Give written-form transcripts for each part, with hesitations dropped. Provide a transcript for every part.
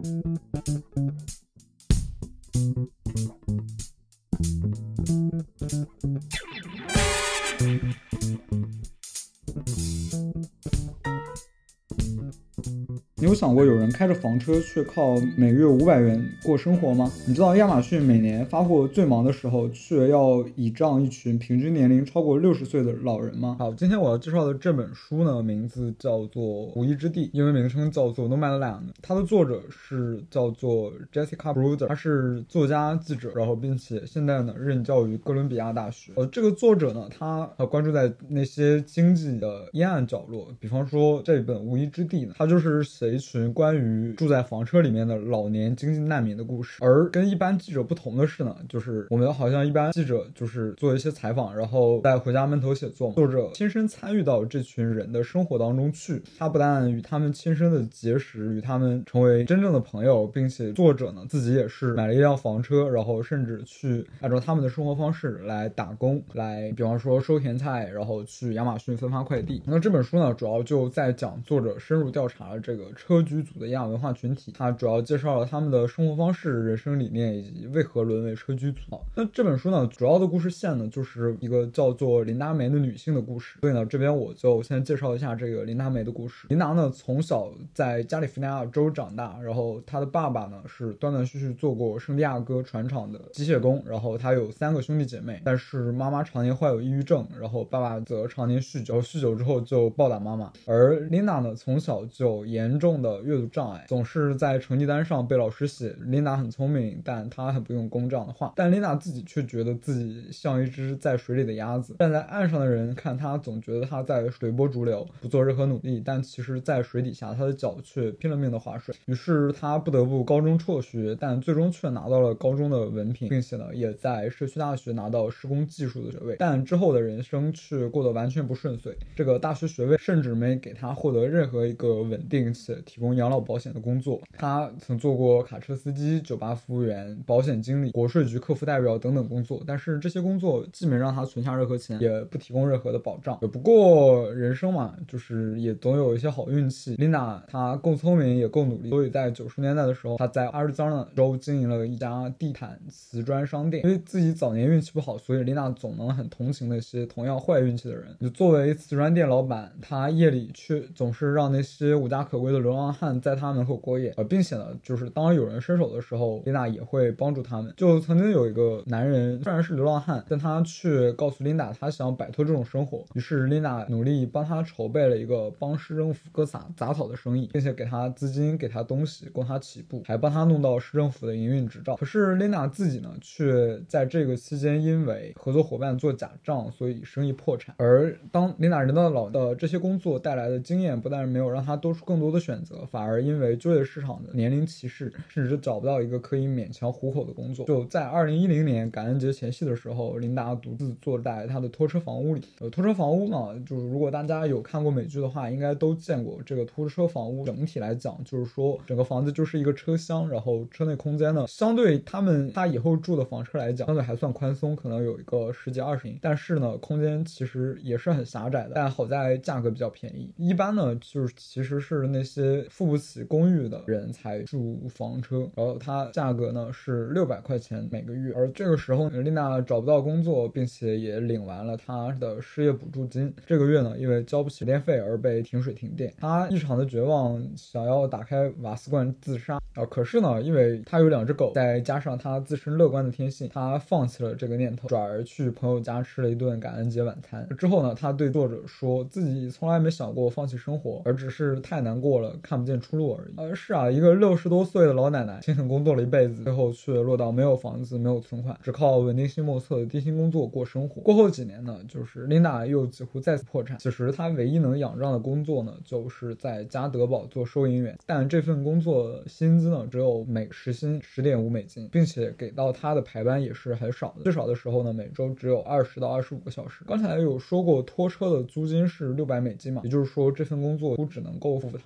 你有想过有人开着房车却靠每月500元过生活吗？你知道亚马逊每年发货最忙的时候却要倚仗一群平均年龄超过60岁的老人吗？好，今天我要介绍的这本书呢，名字叫做《无依之地》，英文名称叫做 Nomadland。它的作者是叫做 Jessica Bruder， 他是作家、记者，然后并且现在呢任教于哥伦比亚大学。这个作者呢，他关注在那些经济的阴暗角落，比方说这本《无依之地》呢，它就是写一群关于住在房车里面的老年经济难民的故事。而跟一般记者不同的是呢，就是我们好像一般记者就是做一些采访，然后再回家闷头写作嘛，作者亲身参与到这群人的生活当中去，他不但与他们亲身的结识，与他们成为真正的朋友，并且作者呢自己也是买了一辆房车，然后甚至去按照他们的生活方式来打工，来比方说收甜菜，然后去亚马逊分发快递。那这本书呢主要就在讲作者深入调查了这个车居族的亚文化群体，他主要介绍了他们的生活方式、人生理念以及为何沦为车居族。那这本书呢主要的故事线呢就是一个叫做琳达梅的女性的故事，所以呢这边我就先介绍一下这个琳达梅的故事。琳达呢从小在加利福尼亚州长大，然后她的爸爸呢是断断续续做过圣地亚哥船厂的机械工，然后她有3个兄弟姐妹，但是妈妈常年患有抑郁症，然后爸爸则常年酗酒，酗酒之后就暴打妈妈。而琳达呢从小就严重的阅读障碍，总是在成绩单上被老师写琳达很聪明，但她很不用功这样的话，但琳达自己却觉得自己像一只在水里的鸭子，站在岸上的人看她总觉得她在随波逐流，不做任何努力，但其实在水底下她的脚却拼了命的划水。于是她不得不高中辍学，但最终却拿到了高中的文凭，并且呢也在社区大学拿到施工技术的学位，但之后的人生却过得完全不顺遂，这个大学学位甚至没给她获得任何一个稳定且提供养老保险的工作。她曾做过卡车司机、酒吧服务员、保险经理、国税局客服代表等等工作，但是这些工作既没让她存下任何钱，也不提供任何的保障。不过人生嘛，就是也总有一些好运气。琳达她够聪明也够努力，所以在90年代的时候，她在阿尔兹纳州经营了一家地毯瓷砖商店。因为自己早年运气不好，所以琳达总能很同情那些同样坏运气的人。就作为瓷砖店老板，她夜里却总是让那些无家可归的流浪汉在她门口过夜，并且呢就是当有人伸手的时候，琳达也会帮助他们。就曾经有一个男人虽然是流浪汉，但他却告诉琳达他想摆脱这种生活，于是琳达努力帮他筹备了一个帮市政府割杂草的生意，并且给他资金，给他东西供他起步，还帮他弄到市政府的营运执照。可是琳达自己呢却在这个期间因为合作伙伴做假账，所以生意破产。而当琳达人到老的这些工作带来的经验不但没有让他多出更多的选择，反而因为就业市场的年龄歧视，甚至找不到一个可以勉强糊口的工作。就在2010年感恩节前夕的时候，琳达独自坐在她的拖车房屋里。拖车房屋呢，就是如果大家有看过美剧的话，应该都见过这个拖车房屋。整体来讲，就是说整个房子就是一个车厢，然后车内空间呢，相对他以后住的房车来讲，相对还算宽松，可能有一个10几20平，但是呢，空间其实也是很狭窄的，但好在价格比较便宜。一般呢，就是其实是那些付不起公寓的人才住房车，然后它价格呢是600块钱每个月。而这个时候琳达找不到工作，并且也领完了她的失业补助金。这个月呢，因为交不起电费而被停水停电，她异常的绝望，想要打开瓦斯罐自杀。可是呢，因为她有2只狗，再加上她自身乐观的天性，她放弃了这个念头，转而去朋友家吃了一顿感恩节晚餐。之后呢，她对作者说自己从来没想过放弃生活，而只是太难过了，看不见出路而已。是啊，一个60多岁的老奶奶辛勤工作了一辈子，最后却落到没有房子、没有存款，只靠稳定性莫测的低薪工作过生活。过后几年呢，就是琳达又几乎再次破产。其实她唯一能仰仗的工作呢，就是在加德堡做收银员，但这份工作薪资呢，只有时薪10.5美金，并且给到她的排班也是很少的，最少的时候呢，每周只有20到25个小时。刚才有说过拖车的租金是600美金嘛，也就是说这份工作只能够付她的房租。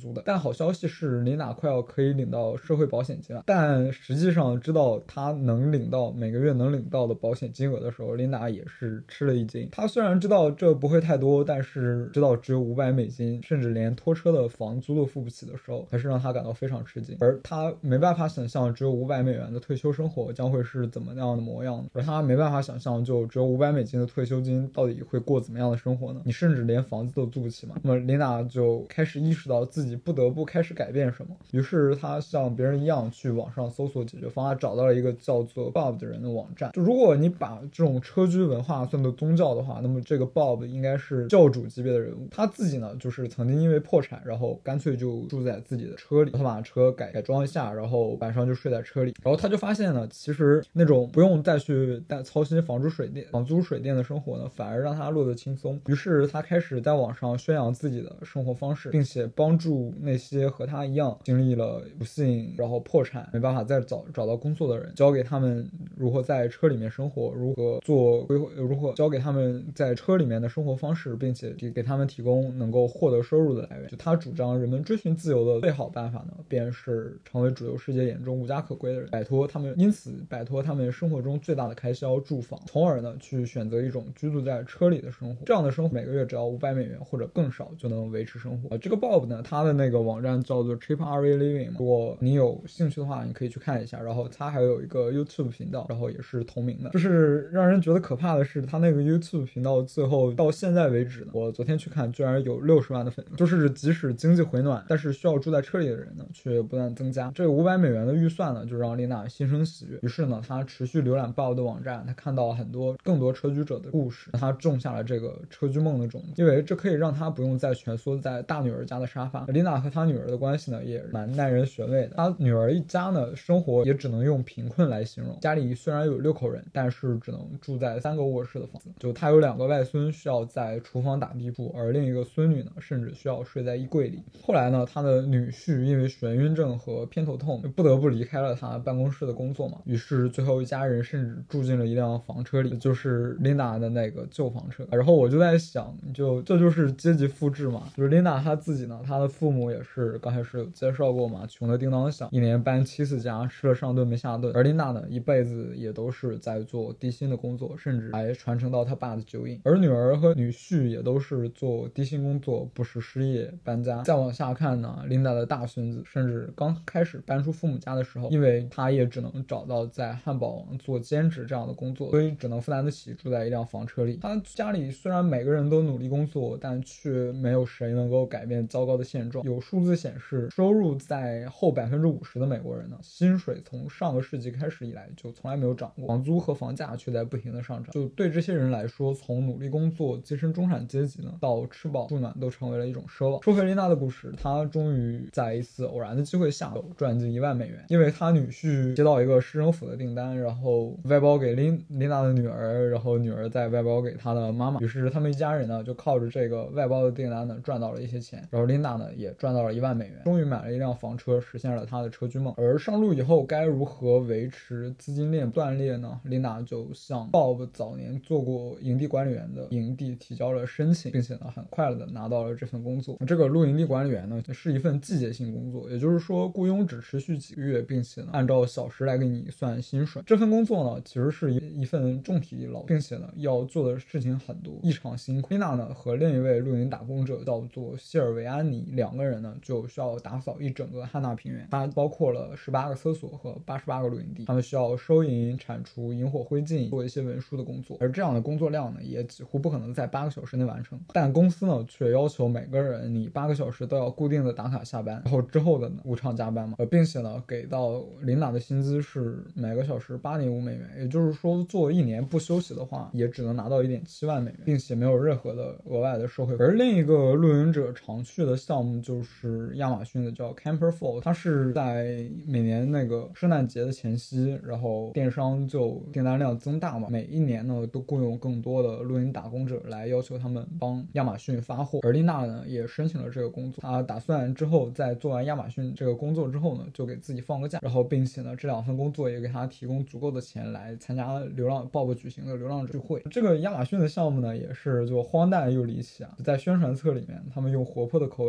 足的。但好消息是琳达快要可以领到社会保险金了，但实际上知道她能领到每个月能领到的保险金额的时候，琳达也是吃了一惊。她虽然知道这不会太多，但是知道只有$500，甚至连拖车的房租都付不起的时候，还是让她感到非常吃惊。而她没办法想象只有$500的退休生活将会是怎么样的模样，而她没办法想象就只有$500的退休金到底会过怎么样的生活呢？你甚至连房子都租不起嘛。那么琳达就开始意识到自己不得不开始改变什么，于是她像别人一样去网上搜索解决方案，找到了一个叫做 Bob 的人的网站。就如果你把这种车居文化算作宗教的话，那么这个 Bob 应该是教主级别的人物。他自己呢，就是曾经因为破产，然后干脆就住在自己的车里，他把车改装一下，然后晚上就睡在车里。然后他就发现呢，其实那种不用再去操心房租水电的生活呢，反而让他落得轻松。于是他开始在网上宣扬自己的生活方式，并且帮助那些和他一样经历了不幸，然后破产没办法再找到工作的人，教给他们如何在车里面生活，如何教给他们在车里面的生活方式，并且给他们提供能够获得收入的来源。就他主张人们追寻自由的最好办法呢，便是成为主流世界眼中无家可归的人，因此摆脱他们生活中最大的开销住房，从而呢去选择一种居住在车里的生活。这样的生活每个月只要$500或者更少就能维持生活。这个 Bob 呢，他的那个网站叫做 Cheap RV Living， 如果你有兴趣的话，你可以去看一下。然后他还有一个 YouTube 频道，然后也是同名的。就是让人觉得可怕的是，他那个 YouTube 频道最后到现在为止呢，我昨天去看，居然有60万的粉丝。就是即使经济回暖，但是需要住在车里的人呢，却不断增加。这个$500的预算呢，就让琳达心生喜悦。于是呢，他持续浏览 Bob 的网站，他看到更多车居者的故事，他种下了这个车居梦的种子，因为这可以让他不用再蜷缩在大女儿家的沙发。琳达和他女儿的关系呢，也蛮耐人寻味的。他女儿一家呢，生活也只能用贫困来形容。家里虽然有6口人，但是只能住在3个卧室的房子。就他有2个外孙需要在厨房打地铺，而另一个孙女呢，甚至需要睡在衣柜里。后来呢，他的女婿因为眩晕症和偏头痛，不得不离开了他办公室的工作嘛。于是最后一家人甚至住进了一辆房车里，就是琳达的那个旧房车。然后我就在想，这就是阶级复制嘛。就是琳达她自己呢，她的父母也是刚才是有介绍过嘛，穷的叮当响，一年搬7次家，吃了上顿没下顿。而琳达呢，一辈子也都是在做低薪的工作，甚至还传承到他爸的酒瘾。而女儿和女婿也都是做低薪工作，不时失业搬家。再往下看呢，琳达的大孙子甚至刚开始搬出父母家的时候，因为他也只能找到在汉堡王做兼职这样的工作，所以只能负担得起住在一辆房车里。他家里虽然每个人都努力工作，但却没有谁能够改变糟糕的现状。有数字显示，收入在后50%的美国人呢，薪水从上个世纪开始以来就从来没有涨过，房租和房价却在不停的上涨。就对这些人来说，从努力工作跻身中产阶级呢，到吃饱住暖都成为了一种奢望。说回琳达的故事，她终于在一次偶然的机会下赚进$10,000，因为她女婿接到一个市政府的订单，然后外包给琳达的女儿，然后女儿再外包给她的妈妈。于是他们一家人呢，就靠着这个外包的订单呢，赚到了一些钱。然后琳达呢，也赚到了$10,000，终于买了一辆房车，实现了她的车居梦。而上路以后该如何维持资金链断裂呢？琳达就向 Bob 早年做过营地管理员的营地提交了申请，并且呢，很快的拿到了这份工作。这个露营地管理员呢，是一份季节性工作，也就是说雇佣只持续几个月，并且呢，按照小时来给你算薪水。这份工作呢，其实是一份重体力劳动，并且呢，要做的事情很多，异常辛苦。琳达呢和另一位露营打工者叫做希尔维安尼，两个人呢就需要打扫一整个汉纳平原，它包括了18个厕所和88个露营地。他们需要收银、铲除萤火灰烬，做一些文书的工作。而这样的工作量呢，也几乎不可能在8个小时内完成。但公司呢却要求每个人你8个小时都要固定的打卡下班，然后之后的呢无偿加班嘛。并且呢给到琳达的薪资是每个小时$8.5，也就是说做1年不休息的话，也只能拿到$1.7万，并且没有任何的额外的社会。而另一个露营者常去的项目就是亚马逊的叫 Camper Fall， 它是在每年那个圣诞节的前夕，然后电商就订单量增大嘛，每一年呢都雇佣更多的露营打工者来要求他们帮亚马逊发货。而琳达呢也申请了这个工作，她打算之后在做完亚马逊这个工作之后呢，就给自己放个假，然后并且呢这2份工作也给她提供足够的钱来参加Bob 举行的流浪者聚会。这个亚马逊的项目呢也是就荒诞又离奇啊，在宣传册里面他们用活泼的口吻把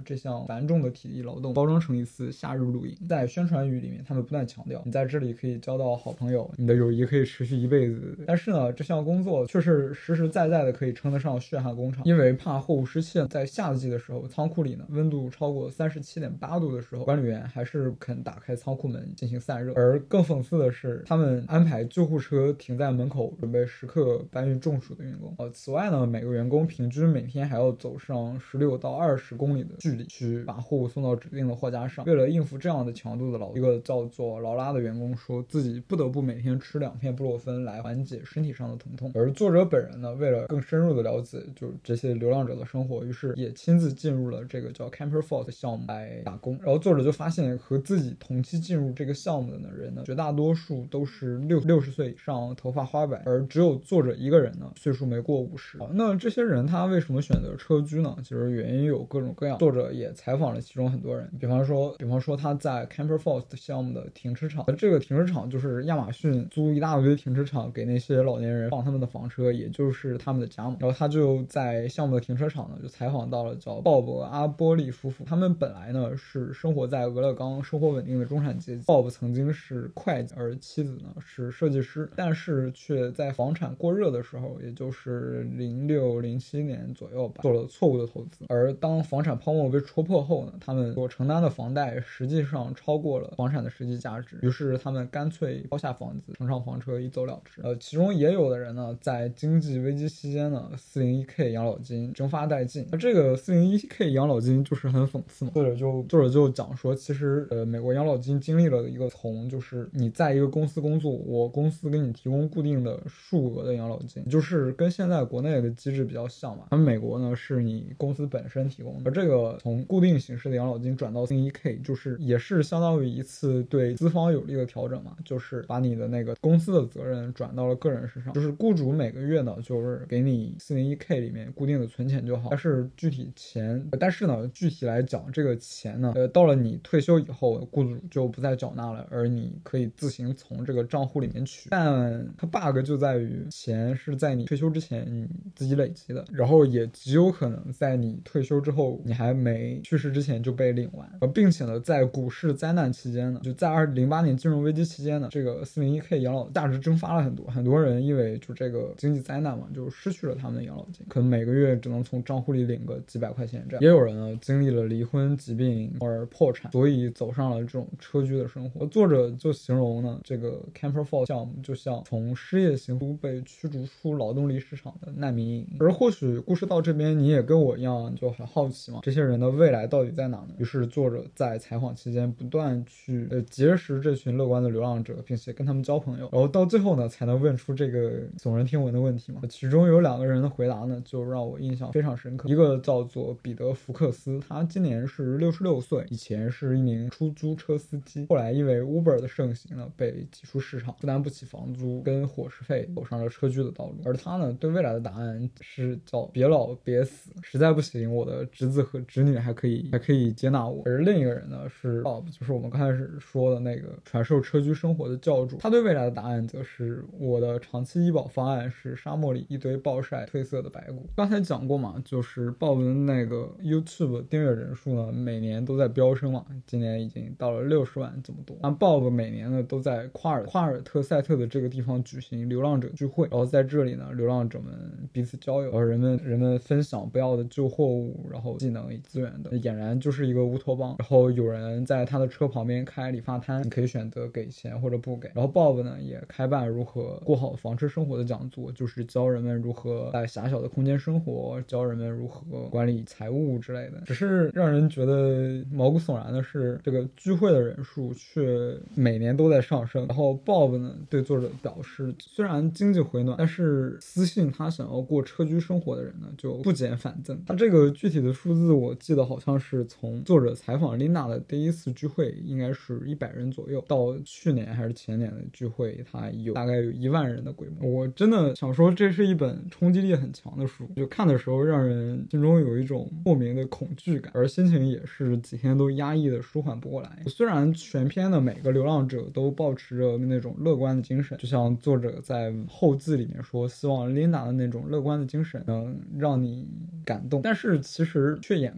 这项繁重的体力劳动包装成一次夏日露营。在宣传语里面，他们不断强调你在这里可以交到好朋友，你的友谊可以持续一辈子。但是呢，这项工作却是实实在在的可以称得上血汗工厂，因为怕货物失窃，在夏季的时候，仓库里呢温度超过37.8度的时候，管理员还是不肯打开仓库门进行散热。而更讽刺的是，他们安排救护车停在门口，准备时刻搬运中暑的员工。此外呢，每个员工平均每天还要走上16到20公里的距离去把货物送到指定的货架上。为了应付这样的强度的劳动，一个叫做劳拉的员工说自己不得不每天吃2片布洛芬来缓解身体上的疼痛。而作者本人呢，为了更深入的了解就是这些流浪者的生活，于是也亲自进入了这个叫 Camper Force 的项目来打工。然后作者就发现和自己同期进入这个项目的人呢，绝大多数都是60岁以上，头发花白，而只有作者一个人呢岁数没过50。那这些人他为什么选择车居呢？其实原因有各种各样，作者也采访了其中很多人，比方说他在 Camper Force 的项目的停车场，这个停车场就是亚马逊租一大堆停车场给那些老年人放他们的房车，也就是他们的家嘛。然后他就在项目的停车场呢就采访到了叫鲍勃阿波利夫妇，他们本来呢是生活在俄勒冈，生活稳定的中产阶级。鲍勃曾经是会计，而妻子呢是设计师，但是却在房产过热的时候，也就是06、07年左右吧，做了错误的投资。而当房产泡沫被戳破后呢，他们所承担的房贷实际上超过了房产的实际价值，于是他们干脆抛下房子，乘上房车一走了之。其中也有的人呢，在经济危机期间呢，401k 养老金蒸发殆尽。这个401k 养老金就是很讽刺嘛，作者就讲说，其实美国养老金经历了一个就是你在一个公司工作，我公司给你提供固定的数额的养老金，就是跟现在国内的机制比较像嘛。他们美国呢是你公司本身提供的，而这个从固定形式的养老金转到401k，就是也是相当于一次对资方有利的调整嘛，就是把你的那个公司的责任转到了个人身上，就是雇主每个月呢就是给你401k里面固定的存钱就好，但是具体来讲，这个钱呢到了你退休以后，雇主就不再缴纳了，而你可以自行从这个账户里面取。但它 bug 就在于钱是在你退休之前你自己累积的，然后也极有可能在你退休之后你还没去世之前就被领完。并且呢，在股市灾难期间呢，就在2008年金融危机期间呢，这个401k 养老价值蒸发了很多人因为就这个经济灾难嘛，就失去了他们的养老金，可能每个月只能从账户里领个几百块钱这样。也有人呢经历了离婚、疾病而破产，所以走上了这种车居的生活。作者就形容呢，这个 Camper Force 项目就像从失业刑督被驱逐出劳动力市场的难民营。而或许故事到这边你也跟我一样就很好奇嘛，这些人的未来到底在哪呢？于是作者在采访期间不断去结识这群乐观的流浪者，并且跟他们交朋友，然后到最后呢才能问出这个耸人听闻的问题嘛。其中有2个人的回答呢就让我印象非常深刻，一个叫做彼得福克斯，他今年是66岁，以前是一名出租车司机，后来因为 Uber 的盛行呢被挤出市场，负担不起房租跟伙食费，走上了车居的道路。而他呢对未来的答案是叫别老别死，实在不行我的侄子和侄女还可以接纳我。而另一个人呢是 Bob， 就是我们刚开始说的那个传授车居生活的教主，他对未来的答案则是我的长期医保方案是沙漠里一堆暴晒褪色的白骨。刚才讲过嘛，就是 Bob 的那个 YouTube 订阅人数呢每年都在飙升嘛，今年已经到了60万这么多。那 Bob 每年呢都在夸尔特塞特的这个地方举行流浪者聚会，然后在这里呢流浪者们彼此交友，然后人们分享不要的旧货物，然后技能与资源的，俨然就是一个乌托邦。然后有人在他的车旁边开理发摊，你可以选择给钱或者不给。然后 Bob 呢也开办如何过好房车生活的讲座，就是教人们如何在狭小的空间生活，教人们如何管理财务之类的。只是让人觉得毛骨悚然的是，这个聚会的人数却每年都在上升。然后 Bob 呢对作者表示，虽然经济回暖，但是私信他想要过车居生活的人呢就不减反增。他这个具体的数字我记得好像是从作者采访琳娜的第一次聚会应该是100人左右，到去年还是前年的聚会他大概有1万人的规模。我真的想说这是一本冲击力很强的书，就看的时候让人心中有一种莫名的恐惧感，而心情也是几天都压抑的舒缓不过来。虽然全篇的每个流浪者都保持着那种乐观的精神，就像作者在后记里面说，希望琳达的那种乐观的精神能让你感动，但是其实却掩盖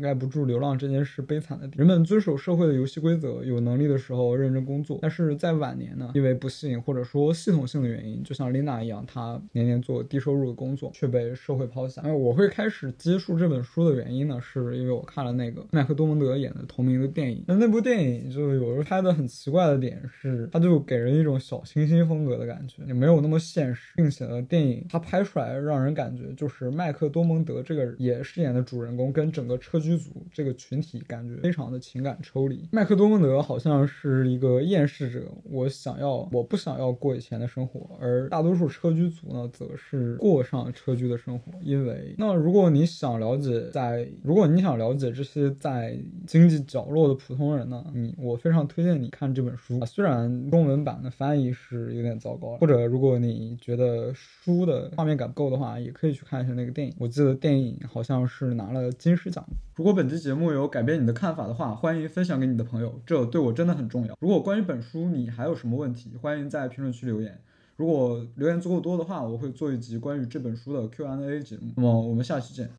盖不住流浪这件事悲惨的地方。人们遵守社会的游戏规则，有能力的时候认真工作，但是在晚年呢，因为不幸或者说系统性的原因，就像琳娜一样，她年年做低收入的工作，却被社会抛下。我会开始接触这本书的原因呢，是因为我看了那个麦克多蒙德演的同名的电影。那部电影就有时候拍的很奇怪的点是，它就给人一种小清新风格的感觉，也没有那么现实，并且呢，电影它拍出来让人感觉就是麦克多蒙德这个也饰演的主人公跟整个车居族这个群体感觉非常的情感抽离。麦克多蒙德好像是一个厌世者，我不想要过以前的生活，而大多数车居族呢，则是过上车居的生活。因为那如果你想了解这些在经济角落的普通人呢，我非常推荐你看这本书。虽然中文版的翻译是有点糟糕，或者如果你觉得书的画面感不够的话，也可以去看一下那个电影。我记得电影好像是拿了金狮奖。如果本期节目有改变你的看法的话，欢迎分享给你的朋友，这对我真的很重要。如果关于本书你还有什么问题，欢迎在评论区留言。如果留言足够多的话，我会做一集关于这本书的 Q&A 节目。那么我们下期见。